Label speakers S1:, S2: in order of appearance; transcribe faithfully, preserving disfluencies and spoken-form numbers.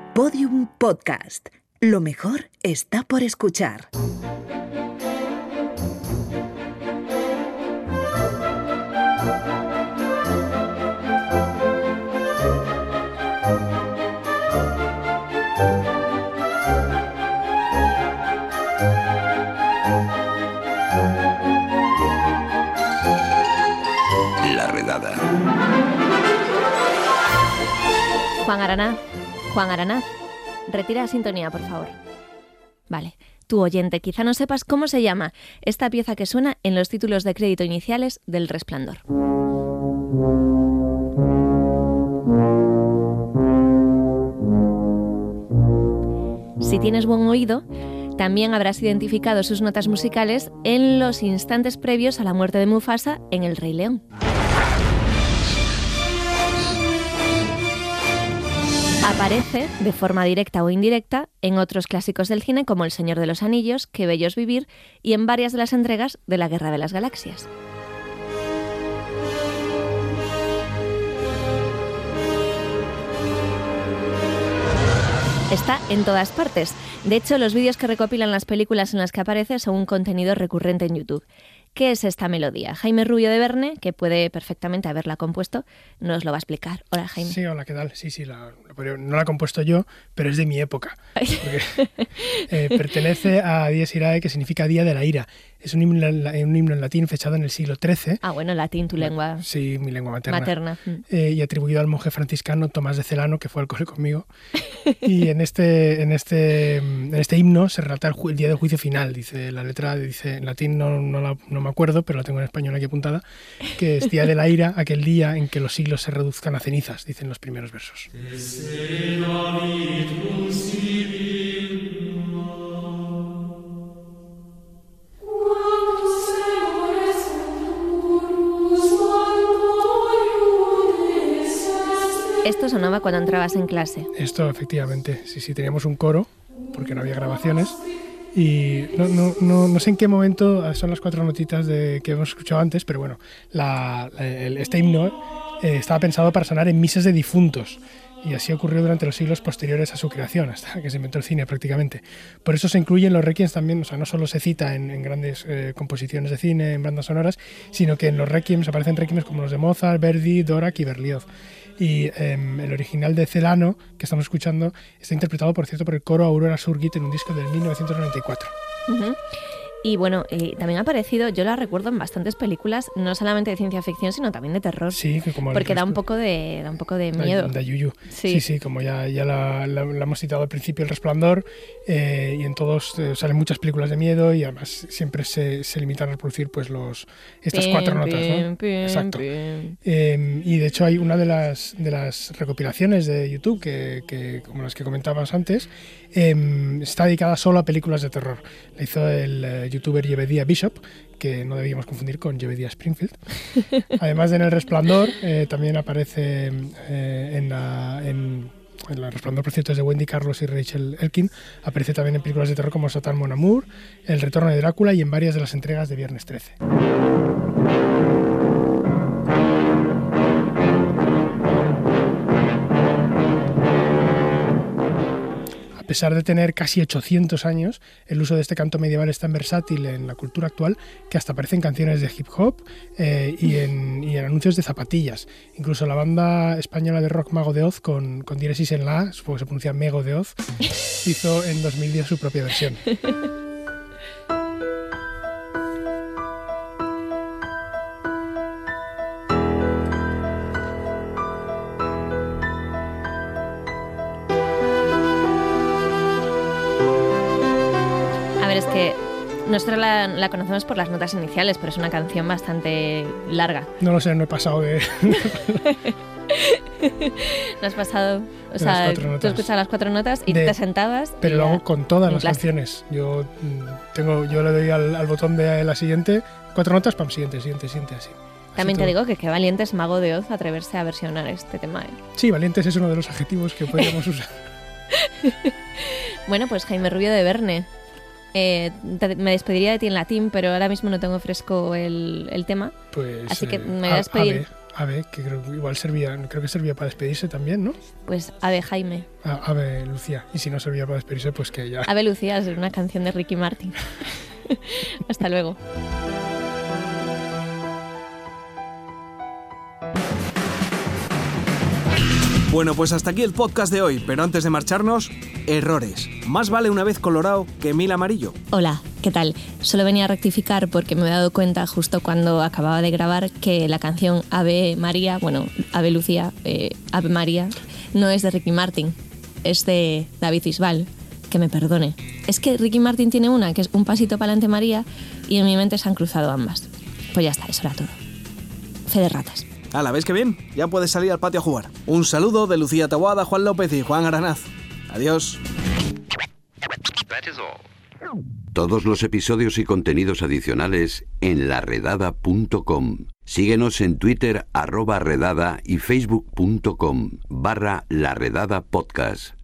S1: Podium Podcast. Lo mejor está por escuchar.
S2: La Redada.
S3: Juan Aranaz, Juan Aranaz, retira la sintonía, por favor. Vale, tú oyente, quizá no sepas cómo se llama esta pieza que suena en los títulos de crédito iniciales del Resplandor. Si tienes buen oído, también habrás identificado sus notas musicales en los instantes previos a la muerte de Mufasa en El Rey León. Aparece, de forma directa o indirecta, en otros clásicos del cine como El Señor de los Anillos, Qué bello es vivir y en varias de las entregas de la Guerra de las Galaxias. Está en todas partes. De hecho, los vídeos que recopilan las películas en las que aparece son un contenido recurrente en YouTube. ¿Qué es esta melodía? Jaime Rubio de Verne, que puede perfectamente haberla compuesto, nos lo va a explicar. Hola, Jaime.
S4: Sí, hola, ¿qué tal? Sí, sí, la, no la he compuesto yo, pero es de mi época. Porque, eh, pertenece a Dies Irae, que significa Día de la Ira. Es un himno, un himno en latín fechado en el siglo trece.
S3: Ah, bueno, latín, tu lengua.
S4: Sí, mi lengua materna.
S3: Materna.
S4: Eh, y atribuido al monje franciscano Tomás de Celano, que fue al cole conmigo. Y en este, en este, en este himno se relata el, el día del juicio final. Dice la letra, dice en latín, no, no, la, no me acuerdo, pero la tengo en español aquí apuntada, que es Día de la Ira, aquel día en que los siglos se reduzcan a cenizas, dicen los primeros versos.
S3: Esto sonaba cuando entrabas en clase.
S4: Esto, efectivamente, sí, sí, teníamos un coro, porque no había grabaciones, y no, no, no, no sé en qué momento, son las cuatro notitas de, que hemos escuchado antes, pero bueno, la, el, este himno eh, estaba pensado para sonar en misas de difuntos, y así ocurrió durante los siglos posteriores a su creación, hasta que se inventó el cine prácticamente. Por eso se incluye en los requiems también, o sea, no solo se cita en, en grandes eh, composiciones de cine, en bandas sonoras, sino que en los requiems aparecen requiems como los de Mozart, Verdi, Dvořák y Berlioz. Y eh, el original de Celano, que estamos escuchando, está interpretado, por cierto, por el coro Aurora Surgit en un disco del mil novecientos noventa y cuatro.
S3: Uh-huh. Y bueno, eh, también ha aparecido, yo la recuerdo en bastantes películas, no solamente de ciencia ficción, sino también de terror.
S4: Sí, que como
S3: porque da un poco de da un poco de miedo.
S4: Da, da yuyu.
S3: Sí.
S4: sí, sí, como ya, ya la, la, la hemos citado al principio, El Resplandor, eh, y en todos eh, salen muchas películas de miedo y además siempre se, se limitan a reproducir pues los estas pim, cuatro notas, pim, ¿no? Pim, Exacto. Pim. Eh, y de hecho hay una de las de las recopilaciones de YouTube que, que como las que comentábamos antes, eh, está dedicada solo a películas de terror. La hizo el eh, youtuber Jebediah Bishop, que no debíamos confundir con Jebediah Springfield. Además de en El Resplandor, eh, también aparece eh, en, la, en, en El Resplandor, por cierto, es de Wendy Carlos y Rachel Elkin. Aparece también en películas de terror como Satan Mon Amour, El Retorno de Drácula y en varias de las entregas de Viernes trece. A pesar de tener casi ochocientos años, el uso de este canto medieval es tan versátil en la cultura actual que hasta aparece en canciones de hip hop eh, y, en, y en anuncios de zapatillas. Incluso la banda española de rock Mago de Oz, con, con diéresis en la A, supongo que se pronuncia Mego de Oz, hizo en dos mil diez su propia versión.
S3: Nosotros la, la conocemos por las notas iniciales, pero es una canción bastante larga.
S4: No lo sé, no he pasado de...
S3: No has pasado... O sea, tú escuchas las cuatro notas y de, te sentabas...
S4: Pero
S3: y
S4: lo hago con todas las
S3: plástico.
S4: canciones. Yo tengo, yo le doy al, al botón de la siguiente, cuatro notas, pam, siguiente, siguiente, siguiente, así.
S3: También
S4: así
S3: te
S4: todo.
S3: digo que qué valiente es Mago de Oz atreverse a versionar este tema, ¿eh?
S4: Sí, valientes es uno de los adjetivos que podríamos usar.
S3: Bueno, pues Jaime Rubio de Verne. Eh, te, me despediría de ti en latín, pero ahora mismo no tengo fresco el, el tema.
S4: Pues,
S3: así que
S4: eh,
S3: me voy a despedir.
S4: Ave, que creo que igual servía, creo que servía para despedirse también, ¿no?
S3: Pues Ave Jaime.
S4: Ah, Ave Lucía. Y si no servía para despedirse, pues que ya...
S3: Ave Lucía es una canción de Ricky Martin. Hasta luego.
S2: Bueno, pues hasta aquí el podcast de hoy, pero antes de marcharnos, errores. Más vale una vez colorado que mil amarillo.
S3: Hola, ¿qué tal? Solo venía a rectificar porque me he dado cuenta justo cuando acababa de grabar que la canción Ave María, bueno, Ave Lucía, eh, Ave María, no es de Ricky Martin, es de David Bisbal. Que me perdone. Es que Ricky Martin tiene una que es Un pasito para adelante María y en mi mente se han cruzado ambas. Pues ya está, eso era todo. Fe de ratas.
S2: Hala, ¿ves qué bien? Ya puedes salir al patio a jugar. Un saludo de Lucía Taboada, Juan López y Juan Aranaz. Adiós.
S5: Todos los episodios y contenidos adicionales en la redada punto com. Síguenos en Twitter arroba redada y facebook punto com barra la redada podcast.